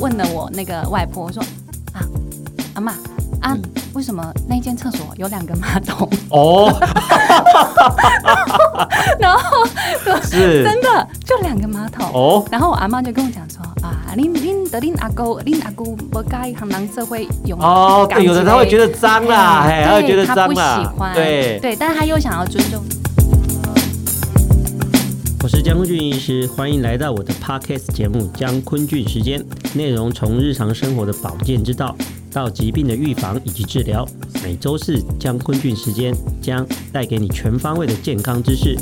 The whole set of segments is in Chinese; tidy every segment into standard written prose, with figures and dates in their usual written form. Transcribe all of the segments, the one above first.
问了我那个外婆，我说啊，阿嬷啊，为什么那间厕所有2个马桶？ 哦， 然后是真的就2个马桶。 哦， 然后我阿嬷就跟我讲说啊，恁阿姑不介意行人社会用哦，对，有的他会觉得脏啦，嘿，他会觉得脏啦， 他不喜欢，对，但是他又想要尊重。 我是江坤俊医师，欢迎来到我的 Podcast 节目《江坤俊时间》，内容从日常生活的保健之道到疾病的预防以及治疗。每周四江坤俊时间将带给你全方位的健康知识。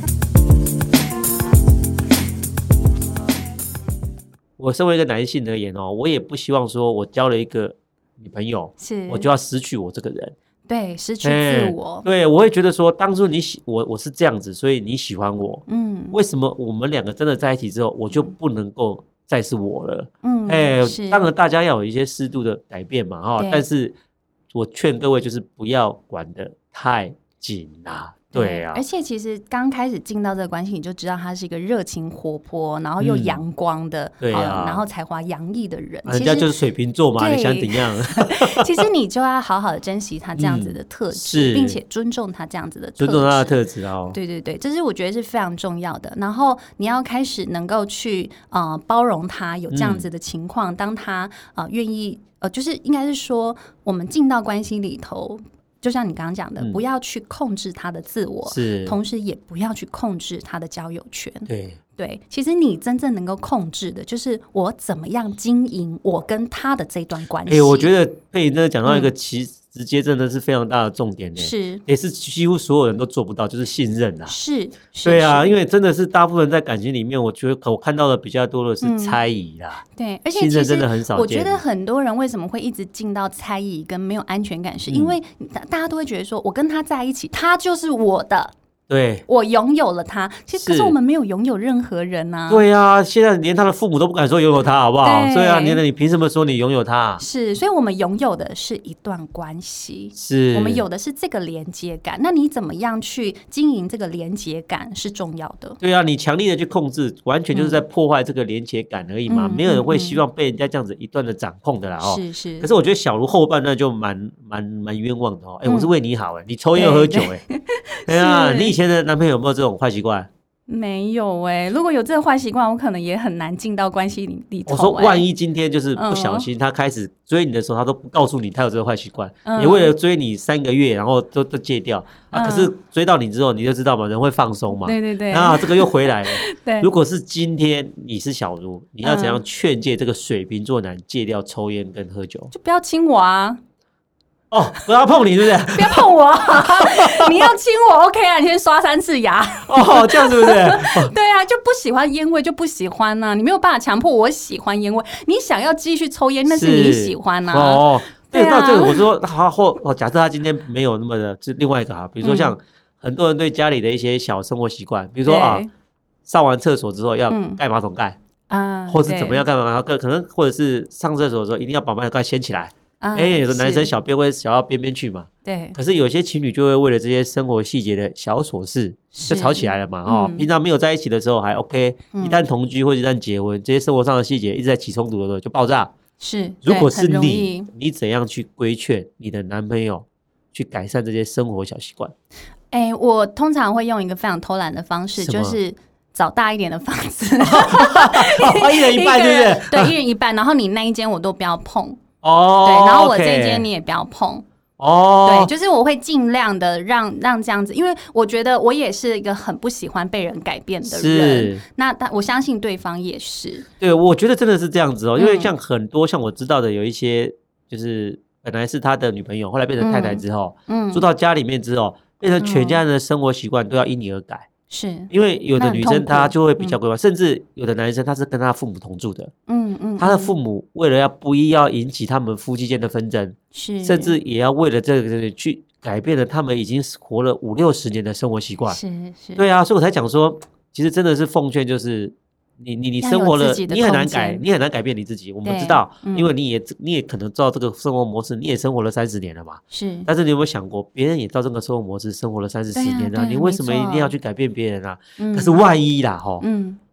我身为一个男性而言哦，我也不希望说我交了一个女朋友，我就要失去我这个人。 对，失去自我。 对，我会觉得说，当初我是这样子，所以你喜欢我。为什么我们2个真的在一起之后，我就不能够再是我了？当然大家要有一些适度的改变嘛，但是我劝各位就是不要管得太紧啦。对啊， 而且其实刚开始进到这个关系，你就知道他是一个热情活泼，然后又阳光的， 对啊， 然后才华洋溢的人。 人家就是水瓶座嘛，你想怎样？ 其实你就要好好的珍惜他这样子的特质，并且尊重他这样子的特质， 尊重他的特质哦。 对对对，这是我觉得是非常重要的。然后你要开始能够去包容他有这样子的情况，当他愿意就是应该是说，我们进到关系里头。就像你刚刚讲的，不要去控制他的自我，同时也不要去控制他的交友圈。对，其实你真正能够控制的，就是我怎么样经营我跟他的这段关系。 我觉得佩仪真的讲到一个直接真的是非常大的重点，也是几乎所有人都做不到，就是信任啦。对啊，因为真的是大部分人在感情里面，我觉得我看到的比较多的是猜疑啦。 对，而且信任真的很少见。 我觉得很多人为什么会一直进到猜疑跟没有安全感，是因为大家都会觉得说，我跟他在一起，他就是我的。 对， 我拥有了他，其实可是我们没有拥有任何人啊。 对啊，现在连他的父母都不敢说拥有他，好不好？对啊，你凭什么说你拥有他？ 是，所以我们拥有的是一段关系，我们有的是这个连接感。那你怎么样去经营这个连接感是重要的。 对啊，你强力的去控制，完全就是在破坏这个连接感而已嘛。没有人会希望被人家这样子一段的掌控的啦。 是。 可是我觉得小茹后半段就蛮冤枉的哦。我是为你好你抽烟喝酒对啊，你以前的男朋友有没有这种坏习惯？ 没有如果有这个坏习惯，我可能也很难进到关系里头。 我说万一今天就是不小心他开始追你的时候，他都不告诉你他有这个坏习惯，也为了追你3个月然后都戒掉可是追到你之后你就知道嘛，人会放松嘛。 对这个又回来了对，如果是今天你是小茹，你要怎样劝诫这个水瓶座男戒掉抽烟跟喝酒？ 就不要亲我啊。 不要碰你，对不对？ 不要碰我你要亲我 OK 啊，你先刷3次牙这样是不是对啊，就不喜欢烟味就不喜欢啊，你没有办法强迫我喜欢烟味，你想要继续抽烟那是你喜欢啊。 对啊，这个我说假设他今天没有那么的，是另外一个比如说像很多人对家里的一些小生活习惯，比如说上完厕所之后要盖马桶盖或是怎么样干嘛，可能或者是上厕所的时候一定要把马桶盖掀起来有的男生小便会小到边边去嘛， 对。 可是有些情侣就会为了这些生活细节的小琐事就吵起来了嘛平常没有在一起的时候还 OK，一旦同居或者一旦结婚，这些生活上的细节一直在起冲突的时候就爆炸。如果是你怎样去规劝你的男朋友去改善这些生活小习惯？ 我通常会用一个非常偷懒的方式，就是找大一点的房子一人一半是不是？ 对，一人一半，然后你那一间我都不要碰对，然后我这一间你也不要碰对，就是我会尽量的让这样子，因为我觉得我也是一个很不喜欢被人改变的人，那我相信对方也是。对， 我觉得真的是这样子因为像很多像我知道的有一些就是本来是他的女朋友，后来变成太太之后住到家里面之后，变成全家人的生活习惯都要因你而改。 是因为有的女生她就会比较规划，甚至有的男生他是跟他父母同住的他的父母为了不要引起他们夫妻间的纷争，甚至也要为了这个去改变了他们已经活了50-60年的生活习惯。对啊，所以我才讲说其实真的是奉劝，就是你生活了，你很难改变你自己。我们知道，因为你也可能照这个生活模式，你也生活了30年了嘛。但是你有没有想过，别人也照这个生活模式生活了30-40年了，你为什么一定要去改变别人啊？可是万一啦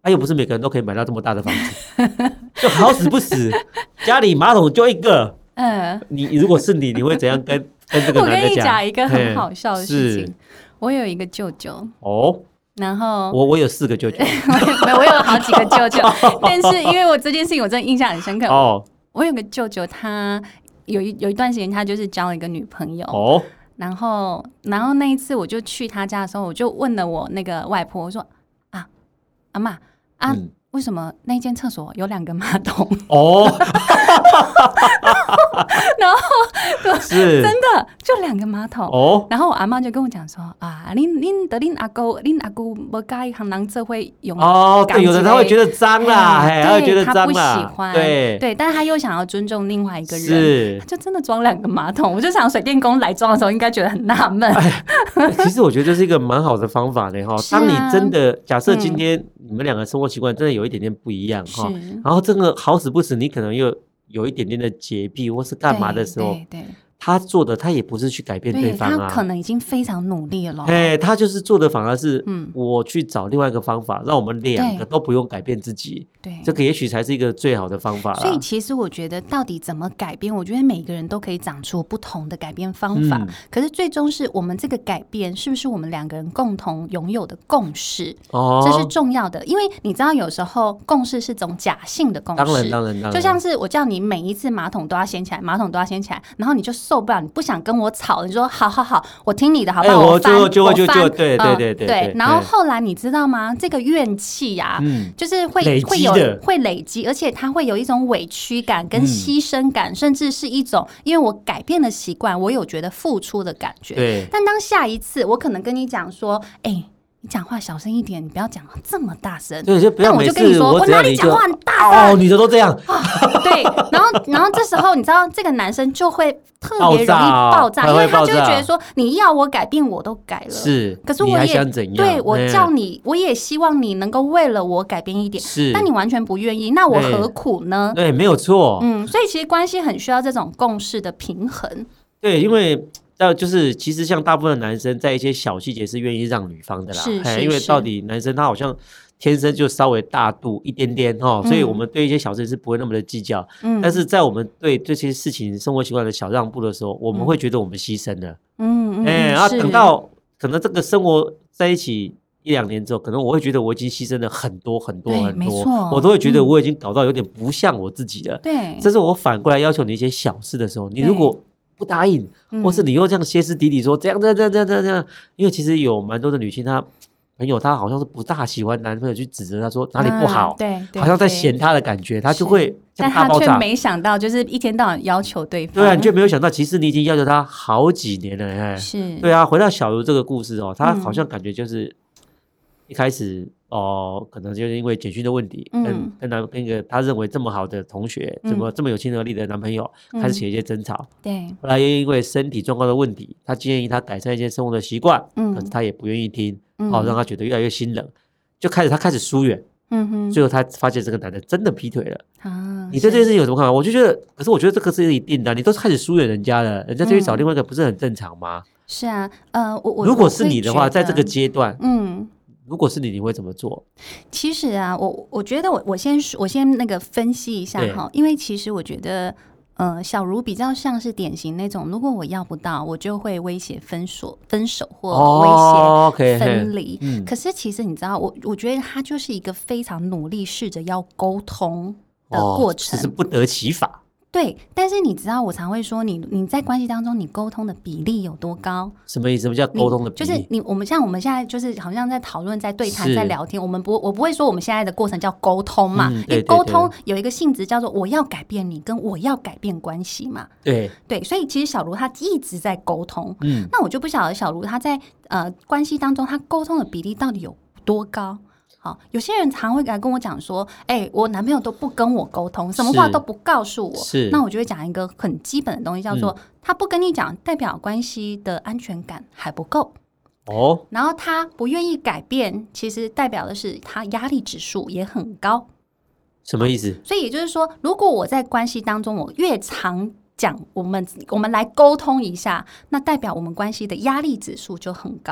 又不是每个人都可以买到这么大的房子，就好死不死，家里马桶就一个。你如果是你会怎样跟这个男的讲？我跟你讲一个很好笑的事情，我有一个舅舅然后我有4个舅舅， 没有，我有好几个舅舅，但是因为我这件事情我真的印象很深刻。我有个舅舅，他有一段时间他就是交了一个女朋友，然后那一次我就去他家的时候，我就问了我那个外婆，我说阿嬷为什么那间厕所有2个马桶？然后是真的就2个马桶。然后我阿嬷就跟我讲说恁阿姑不介意行人这会用对，有的他会觉得脏啦，他会觉得脏啦， 他不喜欢，对，但是他又想要尊重另外一个人，他就真的装2个马桶。我就想水电工来装的时候应该觉得很纳闷。 其实我觉得这是一个蛮好的方法呢。当你真的假设今天你们2个生活习惯真的有一点点不一样然后这个好死不死你可能又有一点点的洁癖或是干嘛的时候，对，他做的他也不是去改变对方他可能已经非常努力了。 他就是做的反而是我去找另外一个方法，让我们2个都不用改变自己。对，这个也许才是一个最好的方法啦。 所以其实我觉得到底怎么改变，我觉得每个人都可以长出不同的改变方法，可是最终是我们这个改变是不是我们2个人共同拥有的共识，这是重要的。因为你知道有时候共识是种假性的共识， 当然就像是我叫你每一次马桶都要掀起来，然后你就受不了，你不想跟我吵，你说好，我听你的好不好？我翻，对。然后后来你知道吗？这个怨气啊，就是会累积，而且它会有一种委屈感跟牺牲感，甚至是一种因为我改变了习惯，我有觉得付出的感觉。对。但当下一次我可能跟你讲说，你讲话小声一点，你不要讲这么大声。 对，就不要每次我哪里讲话很大声？ 女的都这样。 对，然后这时候你知道这个男生就会特别容易爆炸，因为他就会觉得说你要我改变我都改了， 是， 可是我也对我叫你，我也希望你能够为了我改变一点，是，但你完全不愿意，那我何苦呢？ 对，没有错。 所以其实关系很需要这种共识的平衡。 对，因为就是其实像大部分的男生在一些小细节是愿意让女方的啦，因为到底男生他好像天生就稍微大度一点点所以我们对一些小事是不会那么的计较，但是在我们对这些事情生活习惯的小让步的时候，我们会觉得我们牺牲了，然后等到可能这个生活在一起1-2年之后，可能我会觉得我已经牺牲了很多，我都会觉得我已经搞到有点不像我自己了。对，这是我反过来要求你一些小事的时候，你如果不答应，或是你又这样歇斯底里说这样，因为其实有蛮多的女性她朋友她好像是不大喜欢男朋友去指责她说哪里不好，对，好像在嫌她的感觉，她就会但她却没想到就是一天到晚要求对方， 对啊，你却没有想到其实你已经要求她好几年了，是，对啊。回到小茹这个故事她好像感觉就是一开始可能就是因为简讯的问题，跟一个他认为这么好的同学，怎么这么有亲和力的男朋友，开始起一些争吵。对，后来又因为身体状况的问题，他建议他改善一些生活的习惯，可是他也不愿意听，让他觉得越来越心冷，他开始疏远。最后他发现这个男的真的劈腿了。你对这件事情有什么看法？我就觉得，可是我觉得这个是一定的，你都开始疏远人家了，人家就去找另外一个，不是很正常吗？ 是啊， 如果是你的话，在这个阶段，如果是你会怎么做？ 其实啊，我觉得我先那个分析一下哈，因为其实我觉得小茹比较像是典型那种，如果我要不到，我就会威胁分手或威胁分离。可是其实你知道，我觉得他就是一个非常努力试着要沟通的过程， 只是不得其法。 对，但是你知道，我常会说你在关系当中，你沟通的比例有多高？ 什么意思？什么叫沟通的比例？ 就是我们现在就是好像在讨论、在对谈、在聊天。我不会说我们现在的过程叫沟通嘛？因为沟通有一个性质叫做我要改变你，跟我要改变关系嘛。对，所以其实小茹她一直在沟通。那我就不晓得小茹她在关系当中，她沟通的比例到底有多高？好，有些人常会来跟我讲说，我男朋友都不跟我沟通，什么话都不告诉我。那我就会讲一个很基本的东西，叫做他不跟你讲，代表关系的安全感还不够。然后他不愿意改变，其实代表的是他压力指数也很高。 什么意思？ 所以也就是说，如果我在关系当中，我越常讲我们来沟通一下，那代表我们关系的压力指数就很高。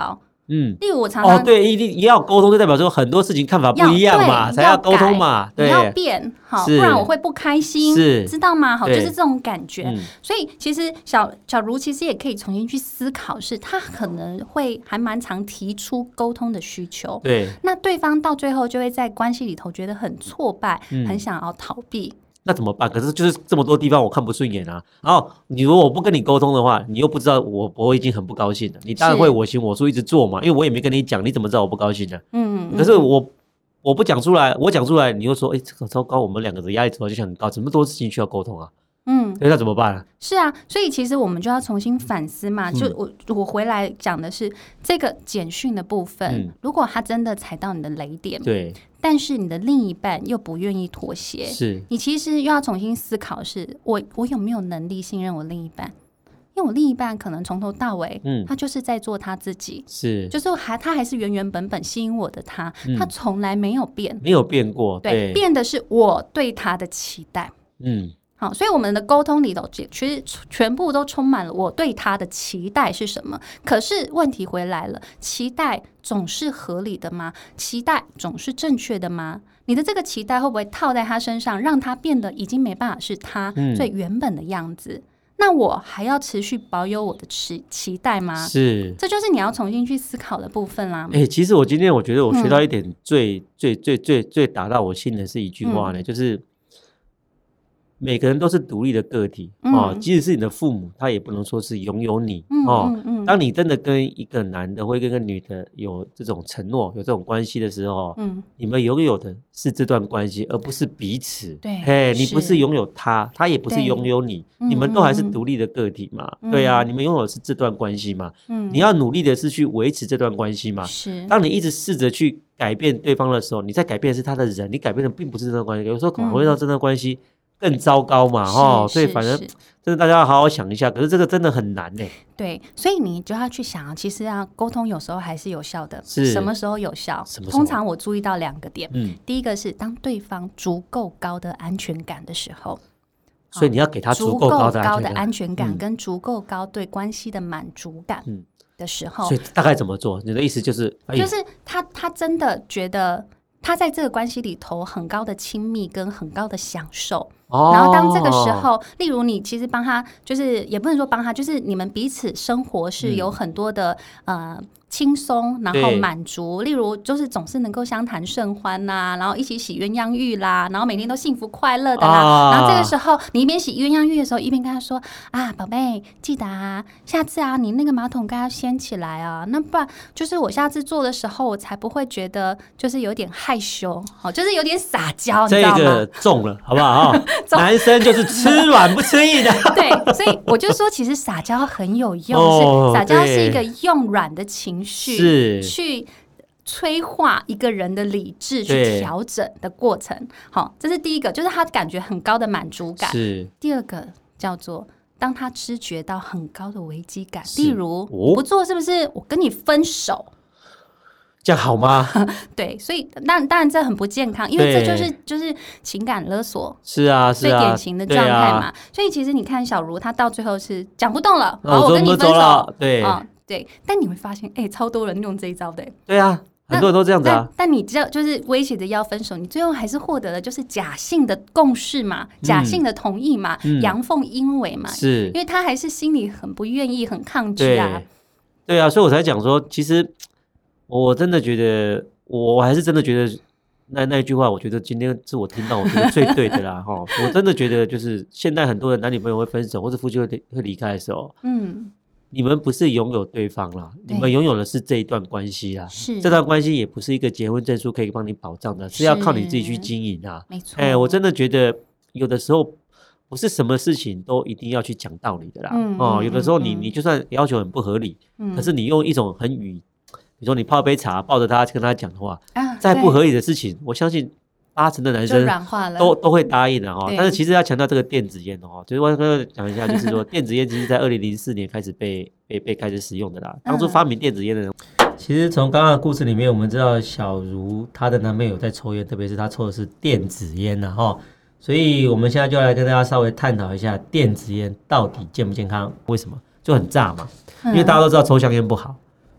例如我常常对，一定要沟通，就代表说很多事情看法不一样嘛，才要沟通嘛，对， 你要变好，不然我会不开心，知道吗？好，就是这种感觉。所以其实小茹其实也可以重新去思考，是他可能会还蛮常提出沟通的需求， 对， 那对方到最后就会在关系里头觉得很挫败，很想要逃避。 那怎么办？可是就是这么多地方我看不顺眼啊。然后你如果我不跟你沟通的话，你又不知道我已经很不高兴了。你当然会我行我素一直做嘛，因为我也没跟你讲，你怎么知道我不高兴呢？可是我不讲出来，我讲出来，你又说，这个糟糕，我们两个的压力怎么就很高？这么多事情需要沟通啊。那怎么办啊？ 是啊，所以其实我们就要重新反思嘛。就我回来讲的是这个简讯的部分，如果他真的踩到你的雷点， 对， 但是你的另一半又不愿意妥协， 是你其实又要重新思考是我有没有能力信任我另一半？因为我另一半可能从头到尾，他就是在做他自己，就是他还是原本吸引我的他从来没有变， 没有变过， 对，变的是我对他的期待，好，所以我们的沟通里头其实全部都充满了我对他的期待是什么。可是问题回来了，期待总是合理的吗？期待总是正确的吗？你的这个期待会不会套在他身上，让他变得已经没办法是他最原本的样子？那我还要持续保有我的期待吗？ 是， 这就是你要重新去思考的部分啦。 其实我今天我觉得我学到一点最打到我心的是一句话呢，就是每个人都是独立的个体即使是你的父母，他也不能说是拥有你当你真的跟一个男的或跟一个女的有这种承诺、有这种关系的时候，你们拥有的是这段关系，而不是彼此。 对， 你不是拥有他，他也不是拥有你，你们都还是独立的个体嘛。对啊，你们拥有的是这段关系嘛。你要努力的是去维持这段关系嘛。 是， 当你一直试着去改变对方的时候，你在改变的是他的人，你改变的并不是这段关系。有时候可能会让这段关系更糟糕嘛，所以反正真的大家要好好想一下，可是这个真的很难呢。 对，所以你就要去想，其实沟通有时候还是有效的。 是什么时候有效？通常我注意到2个点，第一个是当对方足够高的安全感的时候， 所以你要给他足够高的安全感跟足够高对关系的满足感的时候， 所以大概怎么做？你的意思就是， 就是他真的觉得他在这个关系里头很高的亲密跟很高的享受。然后当这个时候，例如你其实帮他，就是也不能说帮他，就是你们彼此生活是有很多的轻松，然后满足，例如就是总是能够相谈甚欢呐，然后一起洗鸳鸯浴啦，然后每天都幸福快乐的啦。然后这个时候，你一边洗鸳鸯浴的时候，一边跟他说宝贝，记得下次你那个马桶盖要掀起来那不然就是我下次做的时候，我才不会觉得就是有点害羞，就是有点撒娇，你知道吗？ 这个中了，好不好？男生就是吃软不吃硬的。 对，所以我就说，其实撒娇很有用，撒娇是一个用软的情绪去催化一个人的理智，去调整的过程。好，这是第一个，就是他感觉很高的满足感。第二个叫做当他知觉到很高的危机感，例如我不做是不是我跟你分手？ 这样好吗？ 对，所以当然这很不健康，因为这就是情感勒索， 是啊， 最典型的状态嘛。所以其实你看小茹，她到最后是讲不动了，好，我跟你分手。对，但你会发现，超多人用这一招的。 对啊，很多人都这样子啊。 但你就是威胁着要分手，你最后还是获得了就是假性的共识嘛，假性的同意嘛，阳奉阴违嘛。是，因为他还是心里很不愿意，很抗拒啊。 对啊，所以我才讲说，其实。我真的觉得，我还是真的觉得那一句话，我觉得今天是我听到我觉得最对的啦我真的觉得，就是现在很多人男女朋友会分手，或者夫妻会离开的时候，你们不是拥有对方啦，你们拥有的是这一段关系啦。是，这段关系也不是一个结婚证书可以帮你保障的，是要靠你自己去经营啊。 没错。 我真的觉得有的时候不是什么事情都一定要去讲道理的啦。有的时候你就算要求很不合理，可是你用一种很比如说你泡杯茶，抱着他跟他讲的话，再不合理的事情，我相信80%的男生都会答应的但是其实要强调这个电子烟就是我刚讲一下，就是说电子烟其实在2004年开始被开始使用的啦。当初发明电子烟的人，其实从刚刚的故事里面，我们知道小茹她的男朋友在抽烟，特别是她抽的是电子烟所以我们现在就来跟大家稍微探讨一下电子烟到底健不健康？为什么？就很炸嘛，因为大家都知道抽香烟不好。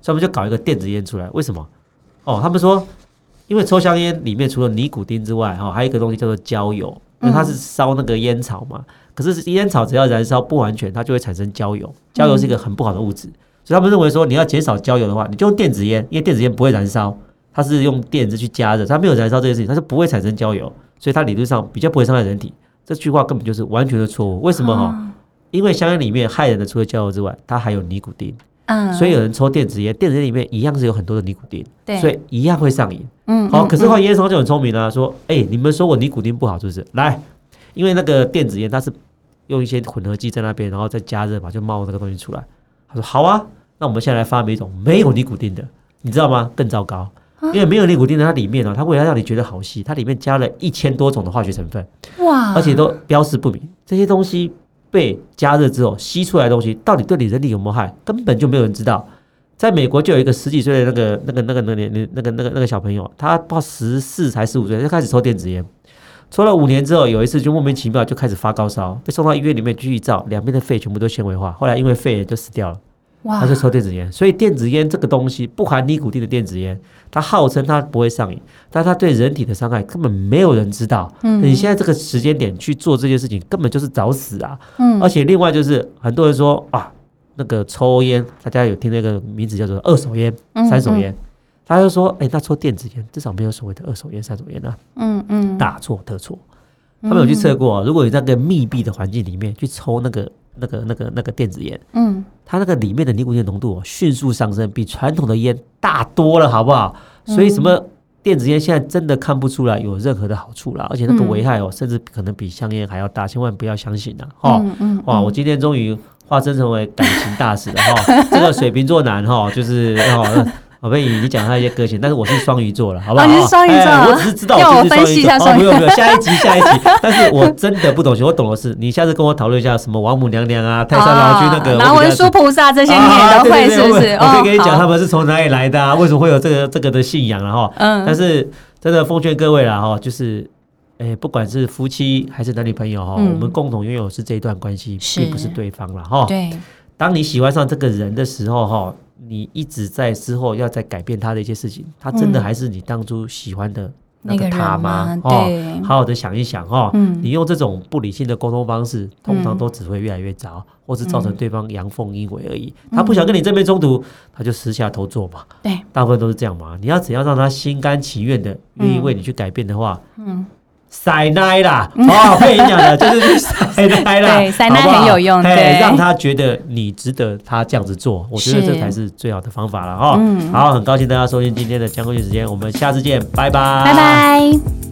所以我们就搞一个电子烟出来。为什么？他们说，因为抽香烟里面除了尼古丁之外，还有一个东西叫做焦油，因为它是烧那个烟草嘛。可是烟草只要燃烧不完全，它就会产生焦油，焦油是一个很不好的物质。所以他们认为说，你要减少焦油的话，你就用电子烟，因为电子烟不会燃烧，它是用电子去加热，它没有燃烧这件事情，它是不会产生焦油，所以它理论上比较不会伤害人体。这句话根本就是完全的错误。为什么？因为香烟里面害人的除了焦油之外，它还有尼古丁。所以有人抽电子烟，电子烟里面一样是有很多的尼古丁，所以一样会上瘾。可是烟商就很聪明啊，说，你们说我尼古丁不好是不是？来，因为那个电子烟它是用一些混合剂在那边，然后再加热嘛，就冒那个东西出来。他说好啊，那我们现在来发明一种没有尼古丁的，你知道吗？更糟糕，因为没有尼古丁的，它里面它为了让你觉得好吸，它里面加了1000多种的化学成分，哇，而且都标示不明，这些东西被加热之后吸出来的东西到底对你人体有没有害，根本就没有人知道。在美国就有一个10几岁的那个小朋友，他不知道14才15岁就开始抽电子烟，抽了5年之后，有一次就莫名其妙就开始发高烧，被送到医院里面去照，两边的肺全部都纤维化，后来因为肺炎就死掉了。他就抽电子烟，所以电子烟这个东西不含尼古丁的电子烟，它号称它不会上瘾，但它对人体的伤害根本没有人知道。你现在这个时间点去做这件事情，根本就是找死啊！而且另外就是很多人说啊，那个抽烟，大家有听那个名字叫做2手烟、3手烟，他就说，那抽电子烟至少没有所谓的2手烟、3手烟啊。大错特错。他们有去测过，如果你在那个密闭的环境里面去抽那个电子烟，它那个里面的尼古丁浓度迅速上升，比传统的烟大多了，好不好？所以什么电子烟现在真的看不出来有任何的好处啦，而且那个危害甚至可能比香烟还要大，千万不要相信啦！哇，我今天终于化身成为感情大使了这个水瓶座男就是我被你讲他一些个性，但是我是双鱼座了，好不好？ 你是双鱼座， 我只是知道我是双鱼座。没有，下一集。但是我真的不懂，我懂的是，你下次跟我讨论一下什么王母娘娘啊、太上老君那个拿文殊菩萨这些你也都会，是不是？ 我可以跟你讲他们是从哪里来的啊，为什么会有这个的信仰啊？但是真的奉劝各位啦，就是不管是夫妻还是男女朋友我们共同拥有是这一段关系，并不是对方啦对， 当你喜欢上这个人的时候你一直在之后要再改变他的一些事情，他真的还是你当初喜欢的那个他吗？ 对， 好好的想一想你用这种不理性的沟通方式，通常都只会越来越糟，或是造成对方阳奉阴违而已。他不想跟你正面冲突，他就私下偷做嘛。 对， 大部分都是这样嘛。你要怎样让他心甘情愿的愿意为你去改变的话，塞奶啦，被你讲的就是塞奶啦， 对，塞奶很有用，对， 让他觉得你值得他这样子做，我觉得这才是最好的方法了好，很高兴大家收听今天的江坤时间，我们下次见，拜拜， 拜拜。